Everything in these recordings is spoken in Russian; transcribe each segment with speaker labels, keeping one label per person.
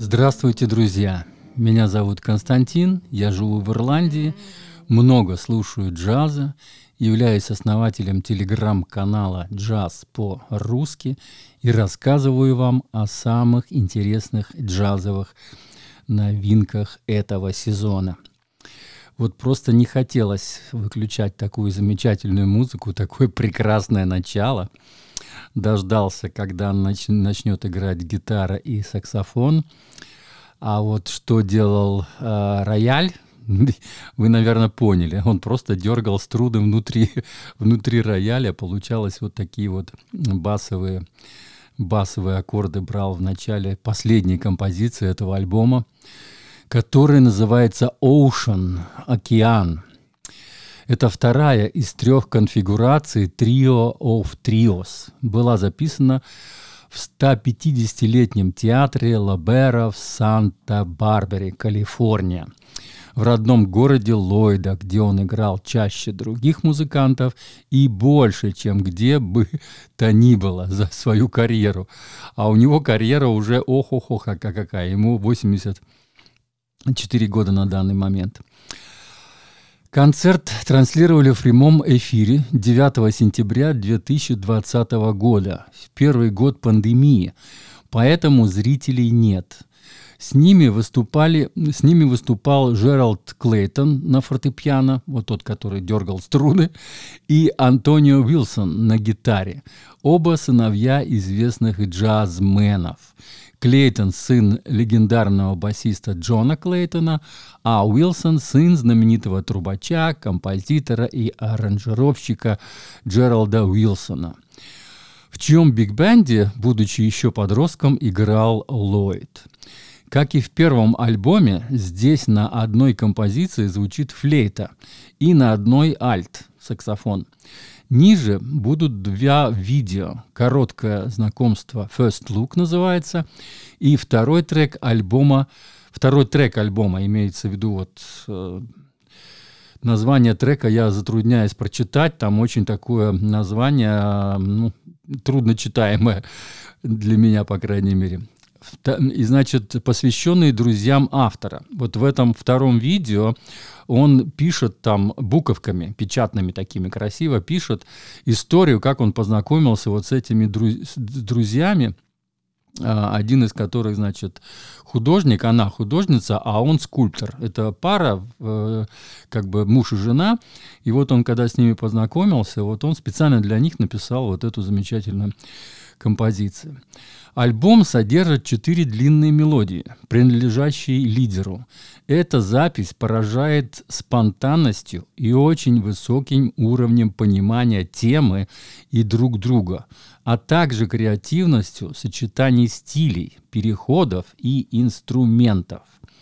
Speaker 1: Здравствуйте, друзья! Меня зовут Константин, я живу в Ирландии, много слушаю джаза, являюсь основателем телеграм-канала «Джаз по-русски» и рассказываю вам о самых интересных джазовых новинках этого сезона. Вот просто не хотелось выключать такую замечательную музыку, такое прекрасное начало. Дождался, когда начнет играть гитара и саксофон. А вот что делал рояль, вы, наверное, поняли. Он просто дергал струны внутри рояля. Получалось вот такие вот басовые аккорды брал в начале последней композиции этого альбома, который называется «Ocean», «Океан». Это вторая из 3 конфигураций Trio of Trios. Была записана в 150-летнем театре Лабера в Санта-Барбаре, Калифорния, в родном городе Ллойда, где он играл чаще других музыкантов и больше, чем где бы то ни было за свою карьеру. А у него карьера уже какая, ему 84 года на данный момент. Концерт транслировали в прямом эфире 9 сентября 2020 года, в первый год пандемии, поэтому зрителей нет. С ними выступал Джеральд Клейтон на фортепиано, вот тот, который дергал струны, и Антонио Уилсон на гитаре, оба сыновья известных джазменов. Клейтон – сын легендарного басиста Джона Клейтона, а Уилсон – сын знаменитого трубача, композитора и аранжировщика Джеральда Уилсона, в чьем биг-бенде, будучи еще подростком, играл Ллойд. Как и в первом альбоме, здесь на одной композиции звучит флейта и на одной альт – саксофон. Ниже будут 2 видео. Короткое знакомство «First Look» называется, и второй трек альбома, имеется в виду название трека я затрудняюсь прочитать, там очень такое название, трудночитаемое для меня, по крайней мере. И, значит, посвященный друзьям автора. Вот в этом втором видео он пишет там буковками, печатными такими, красиво пишет историю, как он познакомился вот с этими друзьями, один из которых, значит, художник, она художница, а он скульптор. Это пара, как бы муж и жена, и вот он, когда с ними познакомился, вот он специально для них написал вот эту замечательную композицию. Альбом содержит 4 длинные мелодии, принадлежащие лидеру. Эта запись поражает спонтанностью и очень высоким уровнем понимания темы и друг друга, а также креативностью сочетаний стилей, переходов и инструментов.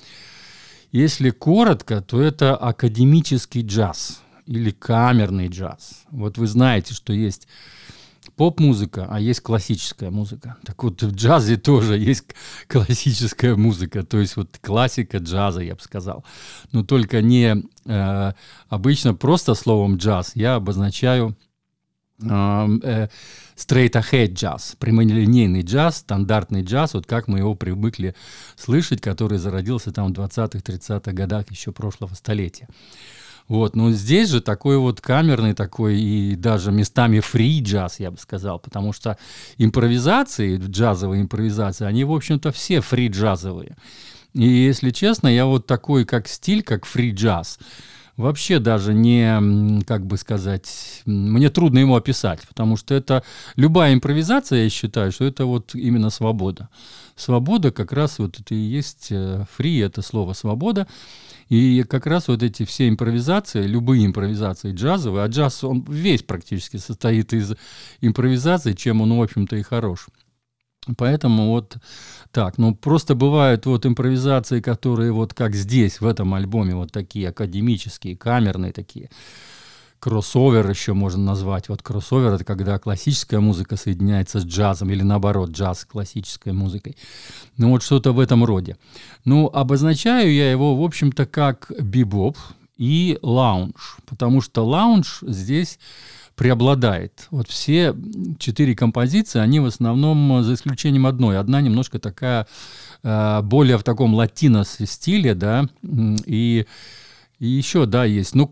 Speaker 1: Если коротко, то это академический джаз или камерный джаз. Вот вы знаете, что есть поп-музыка, а есть классическая музыка. Так вот, в джазе тоже есть классическая музыка, то есть вот классика джаза, я бы сказал. Но только не обычно просто словом джаз я обозначаю straight ahead джаз, прямолинейный джаз, стандартный джаз, вот как мы его привыкли слышать, который зародился там в 20-30-х годах еще прошлого столетия. Вот, но здесь же такой вот камерный такой и даже местами фри-джаз, я бы сказал, потому что импровизации, джазовые импровизации, они, в общем-то, все фри-джазовые. И, если честно, я вот такой, как стиль, как фри-джаз, вообще даже не, как бы сказать, мне трудно его описать, потому что это любая импровизация, я считаю, что это вот именно свобода. Свобода как раз вот это и есть фри, это слово «свобода». И как раз вот эти все импровизации, любые импровизации джазовые, а джаз, он весь практически состоит из импровизации, чем он, в общем-то, и хорош. Поэтому вот так, просто бывают вот импровизации, которые вот как здесь, в этом альбоме, вот такие академические, камерные такие. Кроссовер еще можно назвать. Вот кроссовер — это когда классическая музыка соединяется с джазом, или наоборот, джаз с классической музыкой. Вот что-то в этом роде. Обозначаю я его, в общем-то, как бибоп и лаунж, потому что лаунж здесь преобладает. Вот все 4 композиции, они в основном, за исключением одной. Одна немножко такая, более в таком латино-стиле, да, и еще, да, есть. Ну,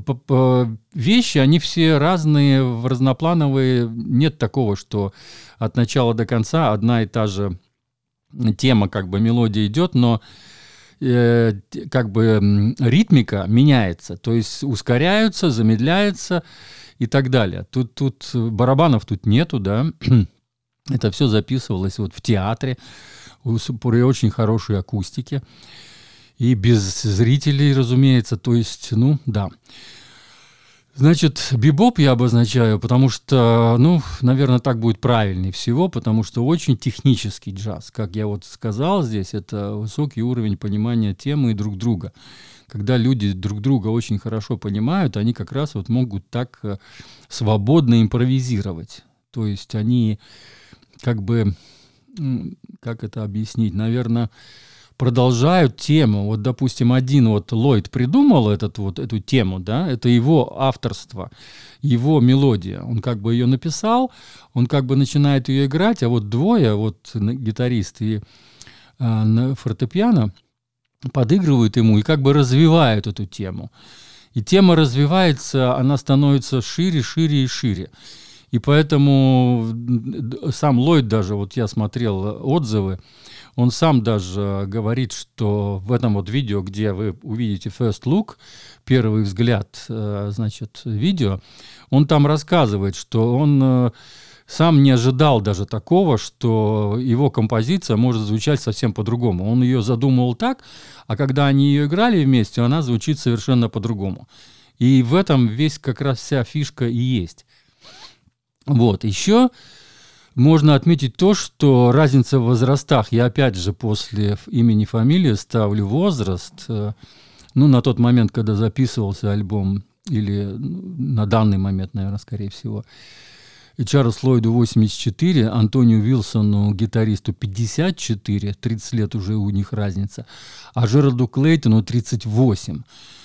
Speaker 1: вещи, они все разные, разноплановые. Нет такого, что от начала до конца одна и та же тема, как бы мелодия идет, но как бы ритмика меняется. То есть ускоряются, замедляются и так далее. Тут барабанов тут нету, да. Это все записывалось вот в театре при очень хорошей акустике. И без зрителей, разумеется, то есть, ну, да. Значит, бибоп я обозначаю, потому что, ну, наверное, так будет правильнее всего, потому что очень технический джаз. Как я вот сказал здесь, это высокий уровень понимания темы и друг друга. Когда люди друг друга очень хорошо понимают, они как раз вот могут так свободно импровизировать. То есть они как бы, как это объяснить, наверное, продолжают тему. Вот, допустим, один вот Ллойд придумал эту тему, да, это его авторство, его мелодия. Он как бы ее написал, он как бы начинает ее играть, а вот двое, вот гитарист и на фортепиано, подыгрывают ему и как бы развивают эту тему. И тема развивается, она становится шире, шире и шире. И поэтому сам Ллойд даже, вот я смотрел отзывы, он сам даже говорит, что в этом вот видео, где вы увидите first look, первый взгляд, значит, видео, он там рассказывает, что он сам не ожидал даже такого, что его композиция может звучать совсем по-другому. Он ее задумывал так, а когда они ее играли вместе, она звучит совершенно по-другому. И в этом весь как раз вся фишка и есть. Вот, еще можно отметить то, что разница в возрастах, я опять же после имени, фамилии ставлю возраст, ну, на тот момент, когда записывался альбом, или на данный момент, наверное, скорее всего, Чарльз Ллойду 84, Антонио Уилсону, гитаристу, 54, 30 лет уже у них разница, а Джеральду Клейтону 38.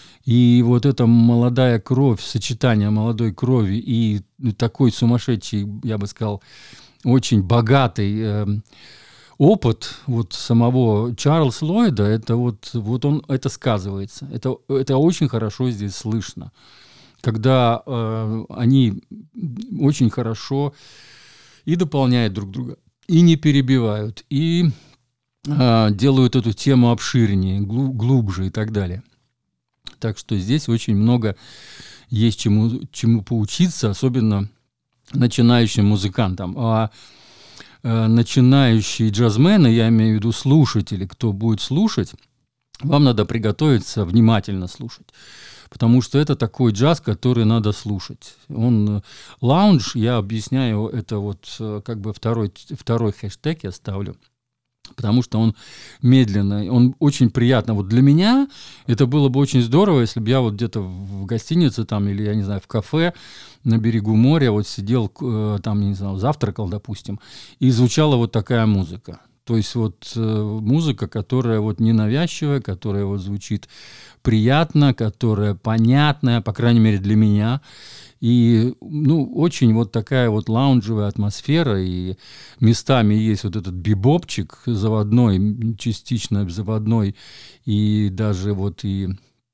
Speaker 1: И вот эта молодая кровь, сочетание молодой крови и такой сумасшедший, я бы сказал, очень богатый опыт вот самого Чарльза Ллойда, это вот он, это сказывается. Это очень хорошо здесь слышно. Когда они очень хорошо и дополняют друг друга, и не перебивают, и делают эту тему обширнее, глубже и так далее. Так что здесь очень много есть чему поучиться, особенно начинающим музыкантам. А начинающие джазмены, я имею в виду слушатели, кто будет слушать, вам надо приготовиться внимательно слушать. Потому что это такой джаз, который надо слушать. Он лаунж, я объясняю, это вот как бы второй хэштег я ставлю. Потому что он медленный, он очень приятно. Вот для меня это было бы очень здорово, если бы я вот где-то в гостинице там, или, я не знаю, в кафе на берегу моря вот сидел, там, не знаю, завтракал, допустим, и звучала вот такая музыка. То есть вот музыка, которая вот ненавязчивая, которая вот звучит приятно, которая понятная, по крайней мере для меня. И, ну, очень вот такая вот лаунжевая атмосфера, и местами есть вот этот бибопчик заводной, частично заводной, и даже вот и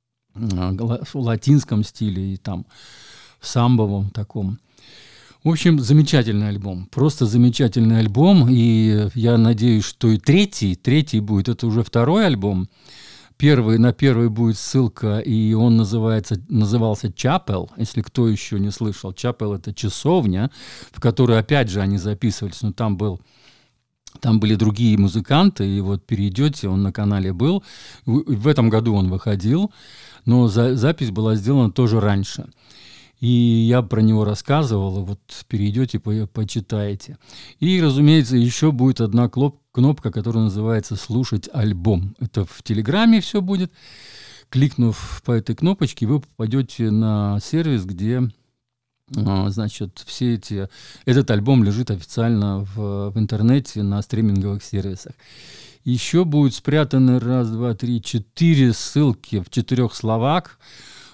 Speaker 1: в латинском стиле, и там в самбовом таком. В общем, замечательный альбом, просто замечательный альбом, и я надеюсь, что и третий будет, это уже второй альбом. На первый будет ссылка, и он назывался «Chapel», если кто еще не слышал. «Chapel» — это часовня, в которой, опять же, они записывались, но там были другие музыканты, и вот перейдете, он на канале был. В этом году он выходил, но запись была сделана тоже раньше. И я про него рассказывал, вот перейдете, почитаете. И, разумеется, еще будет одна кнопка, которая называется «Слушать альбом». Это в Телеграме все будет. Кликнув по этой кнопочке, вы попадете на сервис, где, значит, этот альбом лежит официально в интернете на стриминговых сервисах. Еще будут спрятаны 4 ссылки в 4 словах.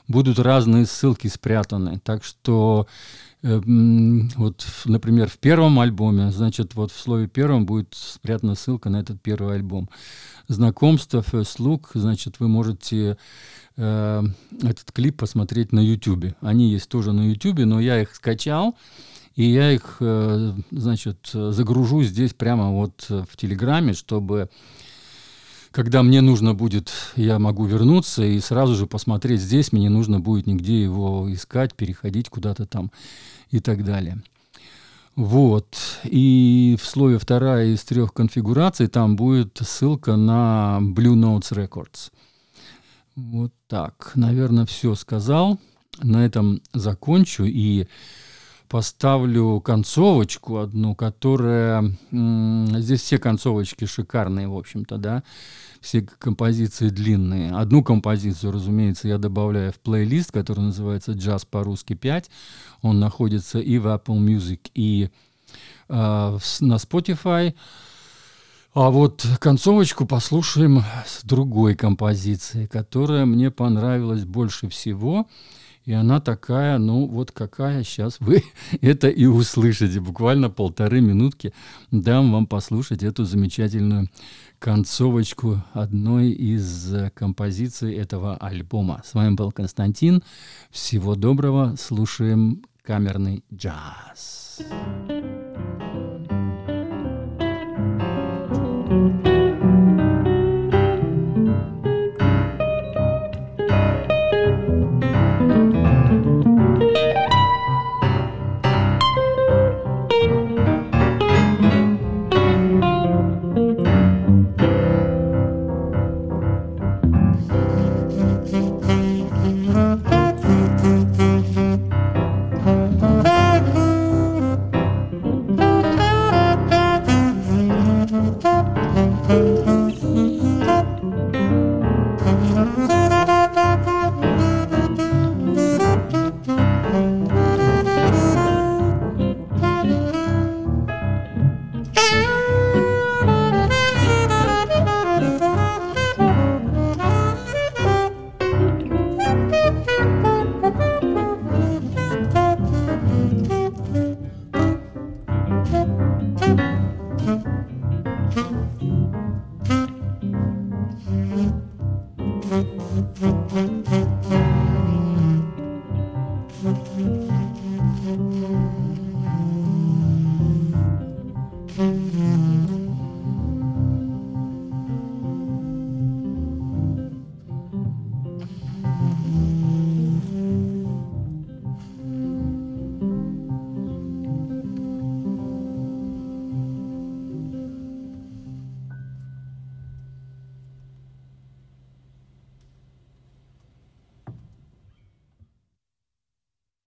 Speaker 1: будут разные ссылки спрятаны. Так что вот, например, в первом альбоме, значит, вот в слове «первом» будет спрятана ссылка на этот первый альбом. Знакомство, First Look, значит, вы можете этот клип посмотреть на YouTube. Они есть тоже на YouTube, но я их скачал, и я их, значит, загружу здесь прямо вот в Телеграме, чтобы, когда мне нужно будет, я могу вернуться и сразу же посмотреть здесь, мне не нужно будет нигде его искать, переходить куда-то там и так далее. Вот. И в слове «вторая» из 3 конфигураций там будет ссылка на Blue Notes Records. Вот так. Наверное, все сказал. На этом закончу и поставлю концовочку одну, которая... Здесь все концовочки шикарные, в общем-то, да. Все композиции длинные. Одну композицию, разумеется, я добавляю в плейлист, который называется «Джаз по-русски 5». Он находится и в Apple Music, и на Spotify. А вот концовочку послушаем с другой композиции, которая мне понравилась больше всего. И она такая, ну вот какая, сейчас вы это и услышите. Буквально 1,5 минутки дам вам послушать эту замечательную концовочку одной из композиций этого альбома. С вами был Константин. Всего доброго. Слушаем камерный джаз.